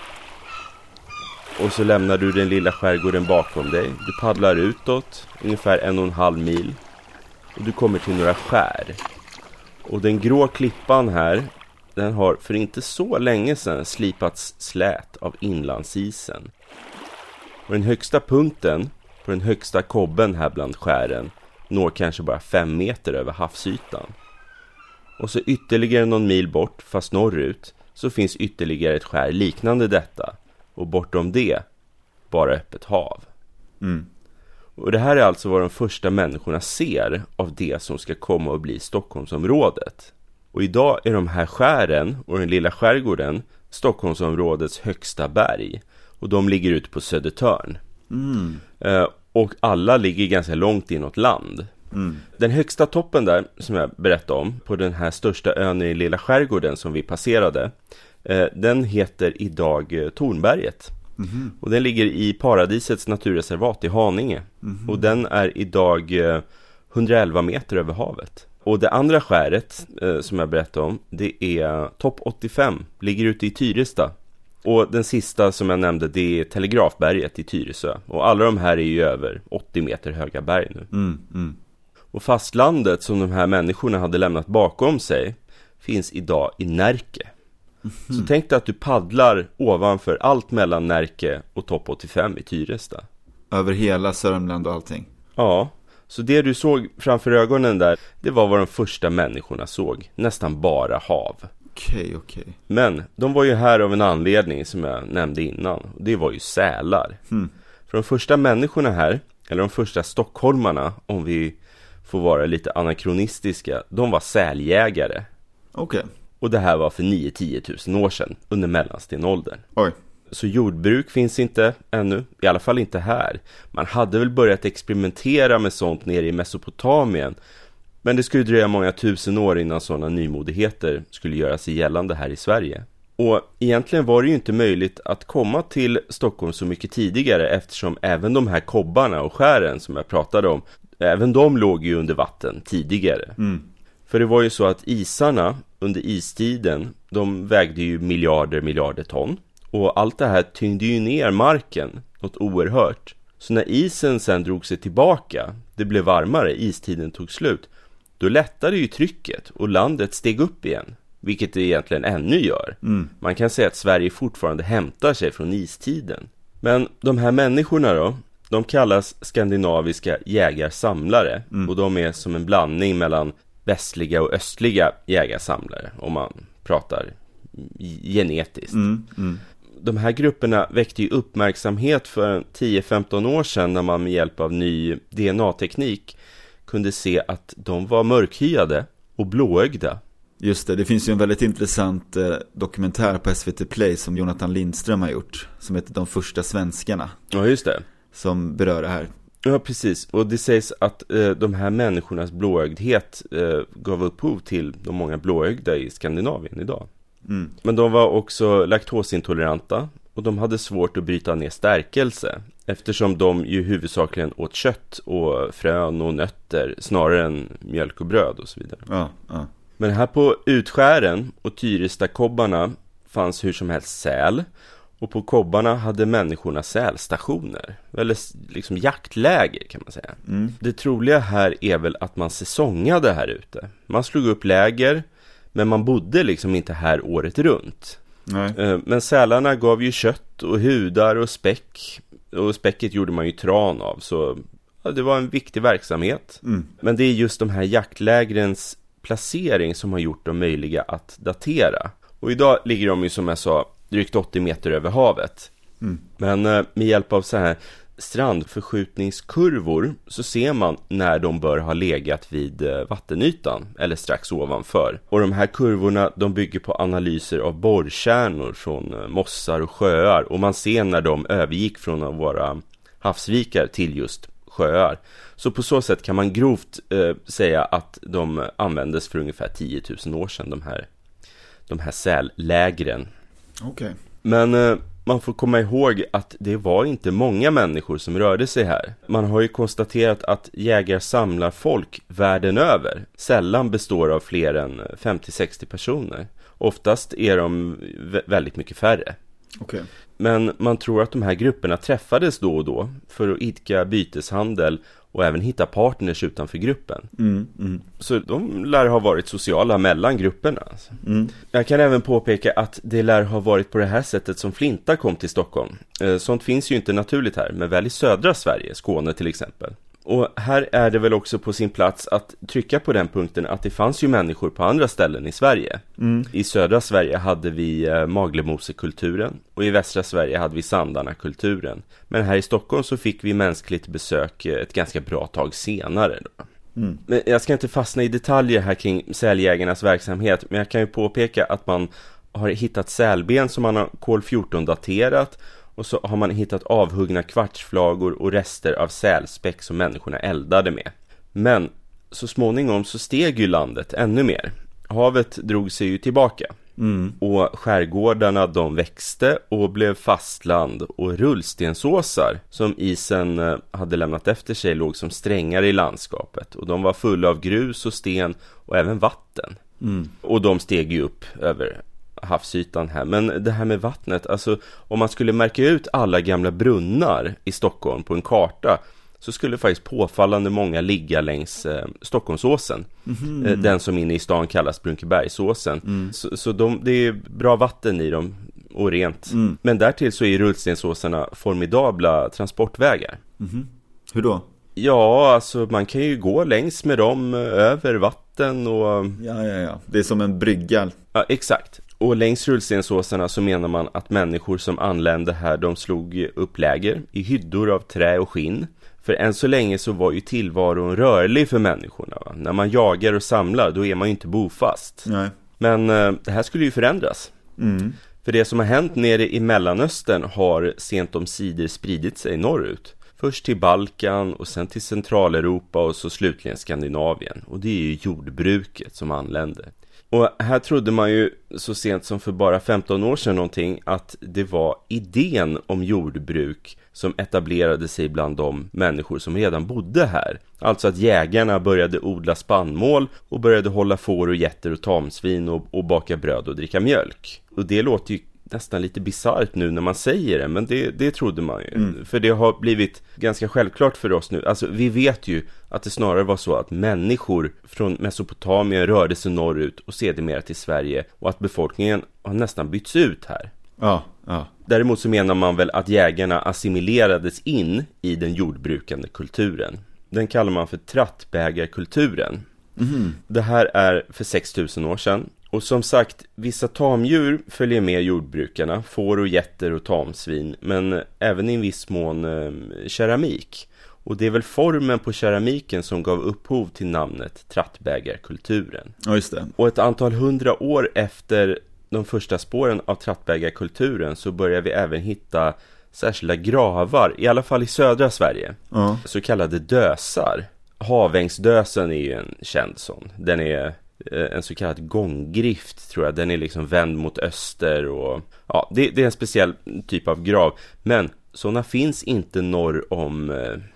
Och så lämnar du den lilla skärgården bakom dig. Du paddlar utåt ungefär 1,5 mil. Och du kommer till några skär. Och den grå klippan här, den har för inte så länge sedan slipats slät av inlandsisen. Och den högsta punkten på den högsta kobben här bland skären når kanske bara 5 meter över havsytan. Och så ytterligare någon mil bort, fast norrut, så finns ytterligare ett skär liknande detta. Och bortom det, bara öppet hav. Och det här är alltså vad de första människorna ser av det som ska komma att bli Stockholmsområdet. Och idag är de här skären och den lilla skärgården Stockholmsområdets högsta berg. Och de ligger ute på Södertörn. Och alla ligger ganska långt inåt land. Den högsta toppen där, som jag berättade om, på den här största ön i lilla skärgården som vi passerade, den heter idag Tornberget. Och den ligger i Paradisets naturreservat i Haninge. Och den är idag 111 meter över havet. Och det andra skäret som jag berättade om, det är Topp 85, ligger ute i Tyresta. Och den sista som jag nämnde, det är Telegrafberget i Tyresö. Och alla de här är ju över 80 meter höga berg nu. Och fastlandet som de här människorna hade lämnat bakom sig finns idag i Närke. Så tänk dig att du paddlar ovanför allt mellan Närke och Topp 85 i Tyresta. Över hela Sörmland och allting. Ja, så det du såg framför ögonen där, det var vad de första människorna såg. Nästan bara hav. Okej. Men de var ju här av en anledning som jag nämnde innan. Det var ju sälar. För de första människorna här, eller de första stockholmarna, om vi får vara lite anakronistiska, de var säljägare. Okej. Och det här var för 9-10 000 år sedan, under mellanstenåldern. Oj. Så jordbruk finns inte ännu, i alla fall inte här. Man hade väl börjat experimentera med sånt nere i Mesopotamien. Men det skulle dröja många tusen år innan sådana nymodigheter skulle göra sig gällande här i Sverige. Och egentligen var det ju inte möjligt att komma till Stockholm så mycket tidigare, eftersom även de här kobbarna och skären som jag pratade om, även de låg ju under vatten tidigare. För det var ju så att isarna under istiden, de vägde ju miljarder ton. Och allt det här tyngde ju ner marken något oerhört. Så när isen sen drog sig tillbaka, det blev varmare, istiden tog slut, då lättade ju trycket och landet steg upp igen. Vilket det egentligen ännu gör. Man kan säga att Sverige fortfarande hämtar sig från istiden. Men de här människorna då, de kallas skandinaviska jägarsamlare. Och de är som en blandning mellan västliga och östliga jägarsamlare, om man pratar genetiskt. De här grupperna väckte ju uppmärksamhet för 10-15 år sedan, när man med hjälp av ny DNA-teknik kunde se att de var mörkhyade och blåögda. Just det finns ju en väldigt intressant dokumentär på SVT Play som Jonathan Lindström har gjort, som heter De första svenskarna. Ja, just det. Som berör det här. Ja, precis. Och det sägs att de här människornas blåögdhet gav upphov till de många blåögda i Skandinavien idag. Men de var också laktosintoleranta och de hade svårt att bryta ner stärkelse, eftersom de ju huvudsakligen åt kött och frön och nötter snarare än mjölk och bröd och så vidare. Ja. Men här på Utskären och Tyrestakobbarna fanns hur som helst säl, och på kobbarna hade människorna sälstationer, eller liksom jaktläger kan man säga. Det troliga här är väl att man säsongade här ute. Man slog upp läger, men man bodde liksom inte här året runt. Nej. Men sälarna gav ju kött och hudar och späck. Och späcket gjorde man ju tran av. Så ja, det var en viktig verksamhet. Men det är just de här jaktlägrens placering som har gjort dem möjliga att datera. Och idag ligger de ju, som jag sa, drygt 80 meter över havet. Men med hjälp av så här strandförskjutningskurvor så ser man när de bör ha legat vid vattenytan eller strax ovanför. Och de här kurvorna, de bygger på analyser av borrkärnor från mossar och sjöar, och man ser när de övergick från att vara havsvikar till just sjöar. Så på så sätt kan man grovt säga att de användes för ungefär 10 000 år sedan, de här sällägren. Okej. Men man får komma ihåg att det var inte många människor som rörde sig här. Man har ju konstaterat att jägar-samlar-folk världen över sällan består av fler än 50-60 personer. Oftast är de väldigt mycket färre. Okej. Men man tror att de här grupperna träffades då och då för att idka byteshandel och även hitta partners utanför gruppen. Så de lär ha varit sociala mellan grupperna. Alltså. Jag kan även påpeka att det lär ha varit på det här sättet som flinta kom till Stockholm. Sånt finns ju inte naturligt här, men väl i södra Sverige, Skåne till exempel. Och här är det väl också på sin plats att trycka på den punkten att det fanns ju människor på andra ställen i Sverige. I södra Sverige hade vi Maglemosekulturen och i västra Sverige hade vi Sandarna-kulturen. Men här i Stockholm så fick vi mänskligt besök ett ganska bra tag senare då. Men jag ska inte fastna i detaljer här kring säljägarnas verksamhet, men jag kan ju påpeka att man har hittat sälben som man har kol-14-daterat. Och så har man hittat avhuggna kvartsflagor och rester av sälspäck som människorna eldade med. Men så småningom så steg ju landet ännu mer. Havet drog sig ju tillbaka. Och skärgårdarna, de växte och blev fastland. Och rullstensåsar som isen hade lämnat efter sig låg som strängar i landskapet. Och de var fulla av grus och sten och även vatten. Och de steg ju upp över havsytan här. Men det här med vattnet, alltså om man skulle märka ut alla gamla brunnar i Stockholm på en karta, så skulle faktiskt påfallande många ligga längs Stockholmsåsen. Den som inne i stan kallas Brunkebergsåsen. Så det är bra vatten i dem och rent. Men därtill så är rullstensåsarna formidabla transportvägar. Hur då? Ja, alltså man kan ju gå längs med dem över vatten vatten och... Ja. Det är som en brygga. Ja, exakt. Och längs rullstensåsarna så menar man att människor som anlände här, de slog upp läger i hyddor av trä och skinn. För än så länge så var ju tillvaron rörlig för människorna. Va? När man jagar och samlar, då är man ju inte bofast. Nej. Men det här skulle ju förändras. För det som har hänt nere i Mellanöstern har sent om sidor spridit sig norrut. Först till Balkan och sen till Centraleuropa och så slutligen Skandinavien. Och det är ju jordbruket som anlände. Och här trodde man ju så sent som för bara 15 år sedan någonting att det var idén om jordbruk som etablerade sig bland de människor som redan bodde här. Alltså att jägarna började odla spannmål och började hålla får och getter och tamsvin och baka bröd och dricka mjölk. Och det låter ju nästan lite bizarrt nu när man säger det, men det trodde man ju. För det har blivit ganska självklart för oss nu. Alltså vi vet ju att det snarare var så att människor från Mesopotamien rörde sig norrut och sedermera till Sverige och att befolkningen har nästan bytts ut här. Ja. Däremot så menar man väl att jägarna assimilerades in i den jordbrukande kulturen. Den kallar man för trattbägarkulturen. Det här är för 6000 år sedan. Och som sagt, vissa tamdjur följer med jordbrukarna, får och getter och tamsvin, men även i en viss mån keramik. Och det är väl formen på keramiken som gav upphov till namnet trattbägarkulturen. Ja, just det. Och ett antal 100 år efter de första spåren av trattbägarkulturen så börjar vi även hitta särskilda gravar, i alla fall i södra Sverige. Så kallade dösar. Havängsdösen är ju en känd sån. Den är en så kallad gånggrift, tror jag. Den är liksom vänd mot öster och ja, det är en speciell typ av grav. Men sådana finns inte norr om,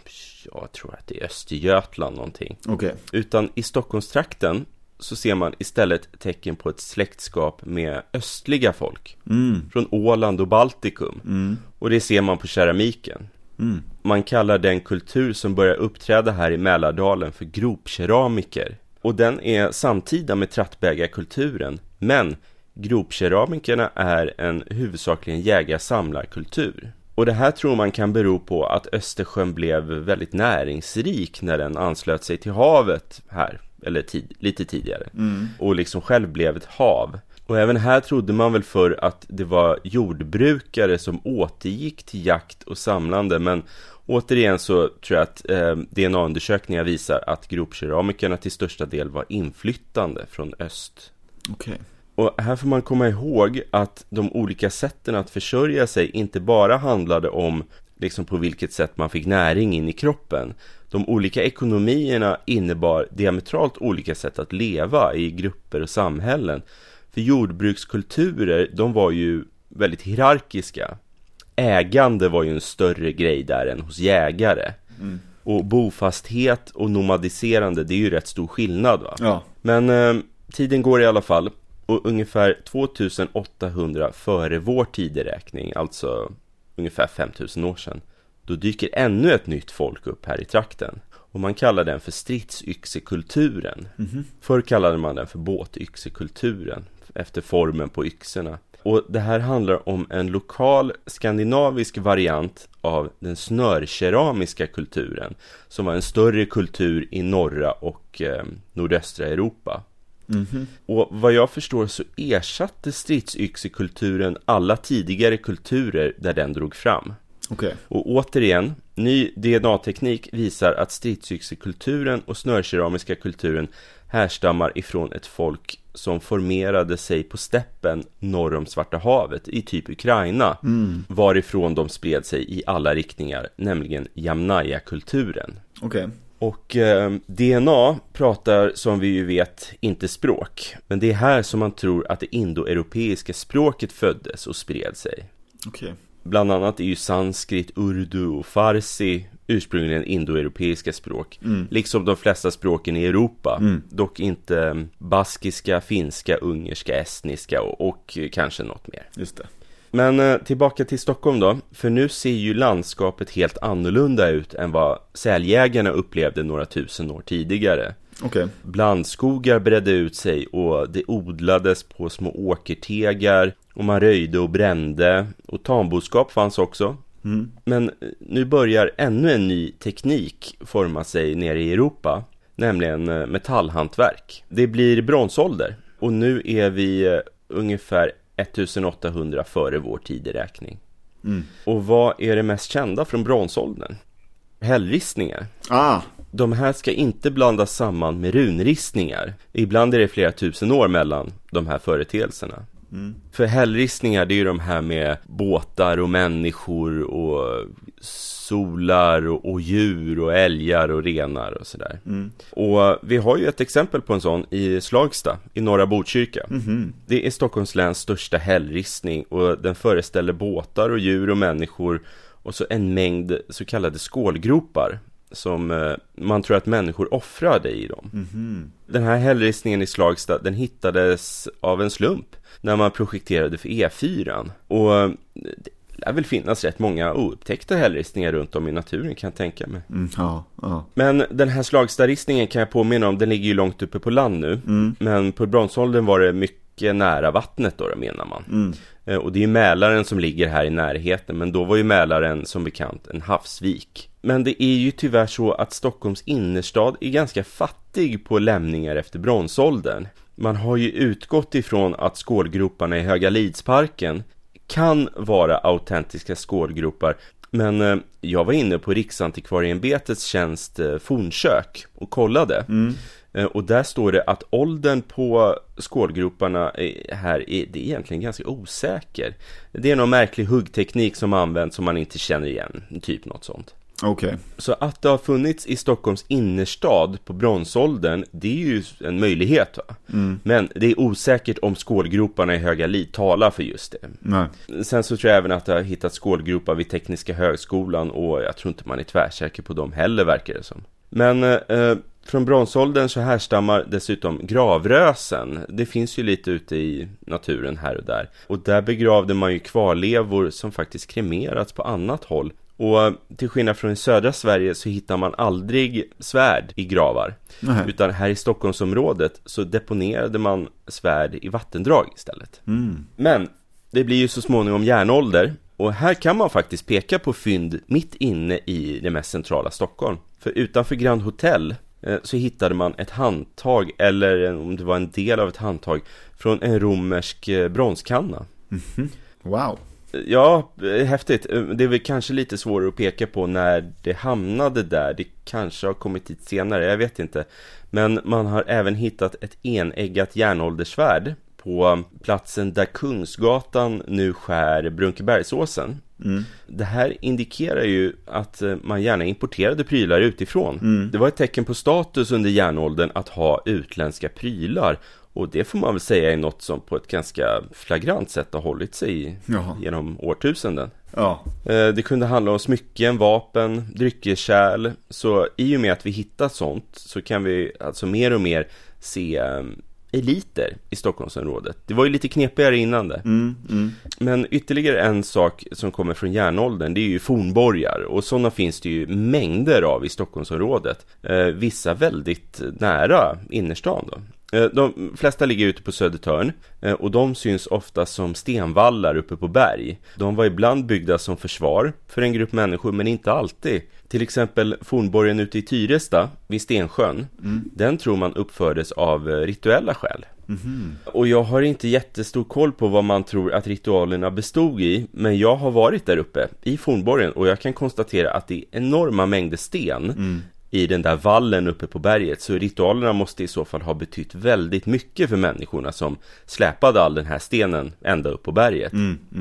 jag tror att det är Östergötland någonting. Okay. Utan i Stockholmstrakten så ser man istället tecken på ett släktskap med östliga folk. Från Åland och Baltikum. Och det ser man på keramiken. Man kallar den kultur som börjar uppträda här i Mälardalen för gropkeramiker. Och den är samtida med trattbägarkulturen. Men gropkeramikerna är en huvudsakligen jägar-samlarkultur. Och det här tror man kan bero på att Östersjön blev väldigt näringsrik när den anslöt sig till havet här. Eller lite tidigare. Och liksom själv blev ett hav. Och även här trodde man väl för att det var jordbrukare som återgick till jakt och samlande. Men återigen så tror jag att DNA-undersökningar visar att gropkeramikerna till största del var inflyttande från öst. Okej. Och här får man komma ihåg att de olika sätten att försörja sig inte bara handlade om liksom på vilket sätt man fick näring in i kroppen. De olika ekonomierna innebar diametralt olika sätt att leva i grupper och samhällen. För jordbrukskulturer, de var ju väldigt hierarkiska. Ägande var ju en större grej där än hos jägare. Och bofasthet och nomadiserande, det är ju rätt stor skillnad, va? Ja. Men tiden går i alla fall. Och ungefär 2800 före vår tideräkning, alltså ungefär 5000 år sedan, då dyker ännu ett nytt folk upp här i trakten. Och man kallar den för stridsyxekulturen. Förr kallade man den för båtyxekulturen, efter formen på yxorna. Och det här handlar om en lokal skandinavisk variant av den snörkeramiska kulturen, som var en större kultur i norra och nordöstra Europa. Och vad jag förstår så ersatte stridsyxekulturen alla tidigare kulturer där den drog fram. Okay. Och återigen, ny DNA-teknik visar att stridsyxekulturen och snörkeramiska kulturen härstammar ifrån ett folk som formerade sig på steppen norr om Svarta havet i typ Ukraina, varifrån de spred sig i alla riktningar, nämligen Jamnaja-kulturen. Okay. Och DNA pratar, som vi ju vet, inte språk. Men det är här som man tror att det indoeuropeiska språket föddes och spred sig. Okay. Bland annat är ju sanskrit, urdu och farsi ursprungligen indoeuropeiska språk. Liksom de flesta språken i Europa. Dock inte baskiska, finska, ungerska, estniska och kanske något mer. Just det. Men tillbaka till Stockholm då. För nu ser ju landskapet helt annorlunda ut än vad säljägarna upplevde några tusen år tidigare. Okay. Blandskogar bredde ut sig och det odlades på små åkertegar och man röjde och brände och tamboskap fanns också. Men nu börjar ännu en ny teknik forma sig nere i Europa, nämligen metallhantverk. Det blir bronsålder och nu är vi ungefär 1800 före vår tideräkning. Och vad är det mest kända från bronsåldern? Hällristningar. De här ska inte blandas samman med runristningar. Ibland är det flera tusen år mellan de här företeelserna. För hällristningar, det är ju de här med båtar och människor och solar och djur och älgar och renar och sådär. Och vi har ju ett exempel på en sån i Slagsta i norra Botkyrka. Det är Stockholms läns största hällristning och den föreställer båtar och djur och människor och så en mängd så kallade skålgropar som man tror att människor offrade i dem. Den här hällristningen i Slagsta, den hittades av en slump när man projekterade för E4. Och det lär väl finnas rätt många oupptäckta hällristningar runt om i naturen, kan jag tänka mig. Men den här Slagsta-ristningen kan jag påminna om, den ligger ju långt uppe på land nu. Men på bronsåldern var det mycket nära vattnet då, menar man. Och det är ju Mälaren som ligger här i närheten, men då var ju Mälaren som bekant en havsvik. Men det är ju tyvärr så att Stockholms innerstad är ganska fattig på lämningar efter bronsåldern. Man har ju utgått ifrån att skålgroparna i Högalidsparken kan vara autentiska skålgropar. Men jag var inne på Riksantikvarieämbetets tjänst fornkök och kollade. Och där står det att åldern på skålgroparna här är egentligen ganska osäker. Det är någon märklig huggteknik som används som man inte känner igen, typ något sånt. Så att det har funnits i Stockholms innerstad på bronsåldern, det är ju en möjlighet, va? Men det är osäkert om skålgroparna i Högalid talar för just det. Sen så tror jag även att det har hittat skålgropar vid Tekniska högskolan och jag tror inte man är tvärsäker på dem heller, verkar det som. Men från bronsåldern så härstammar dessutom gravrösen. Det finns ju lite ute i naturen här och där. Och där begravde man ju kvarlevor som faktiskt kremerats på annat håll. Och till skillnad från i södra Sverige så hittar man aldrig svärd i gravar. Utan här i Stockholmsområdet så deponerade man svärd i vattendrag istället. Men det blir ju så småningom järnålder. Och här kan man faktiskt peka på fynd mitt inne i det mest centrala Stockholm. För utanför Grand Hotel så hittade man ett handtag, eller om det var en del av ett handtag, från en romersk bronskanna. Wow. Ja, häftigt. Det är väl kanske lite svårare att peka på när det hamnade där. Det kanske har kommit hit senare, jag vet inte. Men man har även hittat ett eneggat järnåldersvärd på platsen där Kungsgatan nu skär Brunkebergsåsen. Det här indikerar ju att man gärna importerade prylar utifrån. Det var ett tecken på status under järnåldern att ha utländska prylar. Och det får man väl säga är något som på ett ganska flagrant sätt har hållit sig genom årtusenden. Det kunde handla om smycken, vapen, dryckeskärl. Så i och med att vi hittat sånt så kan vi alltså mer och mer se eliter i Stockholmsområdet. Det var ju lite knepigare innan det. Men ytterligare en sak som kommer från järnåldern, det är ju fornborgar. Och sådana finns det ju mängder av i Stockholmsområdet. Vissa väldigt nära innerstan då. De flesta ligger ute på Södertörn och de syns ofta som stenvallar uppe på berg. De var ibland byggda som försvar för en grupp människor, men inte alltid. Till exempel fornborgen ute i Tyresta vid Stensjön. Den tror man uppfördes av rituella skäl. Och jag har inte jättestor koll på vad man tror att ritualerna bestod i, men jag har varit där uppe i fornborgen och jag kan konstatera att det är enorma mängder sten i den där vallen uppe på berget. Så ritualerna måste i så fall ha betytt väldigt mycket för människorna som släpade all den här stenen ända upp på berget.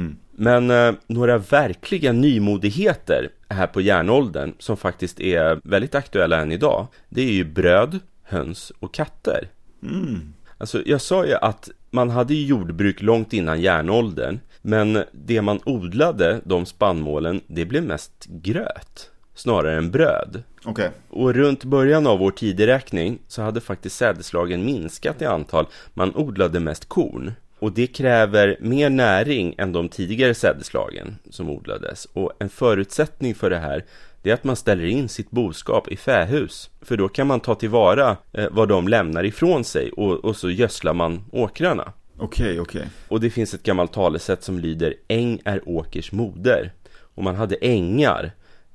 Men några verkliga nymodigheter här på järnåldern som faktiskt är väldigt aktuella än idag, det är ju bröd, höns och katter. Alltså jag sa ju att man hade jordbruk långt innan järnåldern, men det man odlade, de spannmålen, det blev mest gröt snarare än bröd. Och runt början av vår tideräkning så hade faktiskt sädeslagen minskat i antal. Man odlade mest korn. Och det kräver mer näring än de tidigare sädeslagen som odlades. Och en förutsättning för det här, det är att man ställer in sitt boskap i fähus. För då kan man ta tillvara vad de lämnar ifrån sig och så gödslar man åkrarna. Och det finns ett gammalt talesätt som lyder: äng är åkers moder. Och man hade ängar.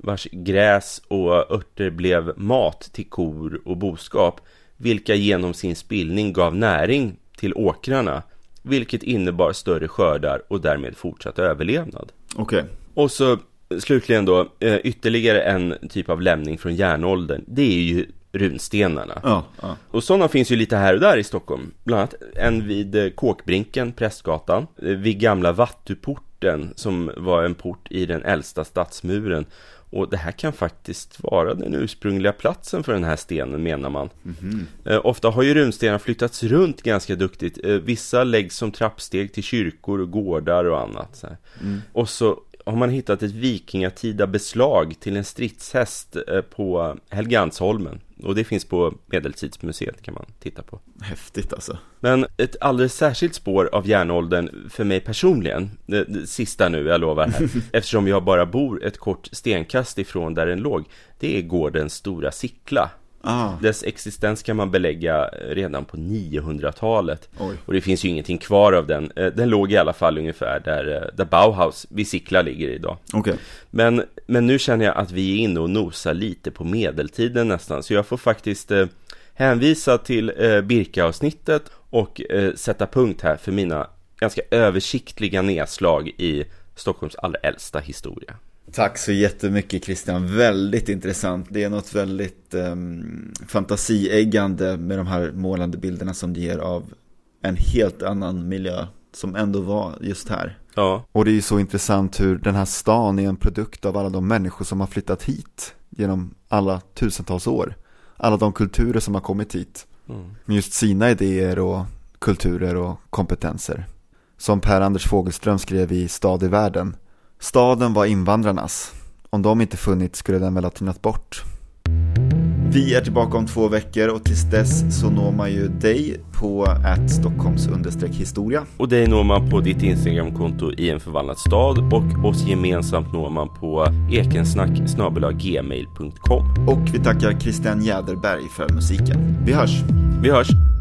vars gräs och örter blev mat till kor och boskap, vilka genom sin spillning gav näring till åkrarna, vilket innebar större skördar och därmed fortsatt överlevnad. Okej. Och så slutligen då, ytterligare en typ av lämning från järnåldern, det är ju runstenarna. Ja. Och sådana finns ju lite här och där i Stockholm. Bland annat en vid Kåkbrinken, Prästgatan, vid gamla Vattuporten som var en port i den äldsta stadsmuren. Och det här kan faktiskt vara den ursprungliga platsen för den här stenen, menar man. Ofta har ju runstenar flyttats runt ganska duktigt. Vissa läggs som trappsteg till kyrkor och gårdar och annat. Så här. Och så har man hittat ett vikingatida beslag till en stridshäst på Helgeandsholmen. Och det finns på Medeltidsmuseet, kan man titta på. Häftigt alltså. Men ett alldeles särskilt spår av järnåldern för mig personligen, det sista nu, jag lovar här, eftersom jag bara bor ett kort stenkast ifrån där den låg, det är gårdens Stora Sickla. Dess existens kan man belägga redan på 900-talet. Och det finns ju ingenting kvar av den. Den låg i alla fall ungefär där Bauhaus vid Sickla ligger idag. Men nu känner jag att vi är inne och nosar lite på medeltiden nästan. Så jag får faktiskt hänvisa till Birka-avsnittet och sätta punkt här för mina ganska översiktliga nedslag i Stockholms allra äldsta historia. Tack så jättemycket Christian, väldigt intressant. Det är något väldigt fantasieggande med de här målande bilderna som det ger av en helt annan miljö som ändå var just här. Ja. Och det är ju så intressant hur den här stan är en produkt av alla de människor som har flyttat hit genom alla tusentals år. Alla de kulturer som har kommit hit. Med just sina idéer och kulturer och kompetenser. Som Per-Anders Fogelström skrev i Stad i världen. Staden var invandrarnas. Om de inte funnits skulle den väl ha tinat bort. Vi är tillbaka om 2 veckor och tills dess så når man ju dig på @Stockholms_historia. Och dig når man på ditt Instagramkonto i en förvandlad stad och oss gemensamt når man på ekensnack@gmail.com. Och vi tackar Christian Jäderberg för musiken. Vi hörs! Vi hörs!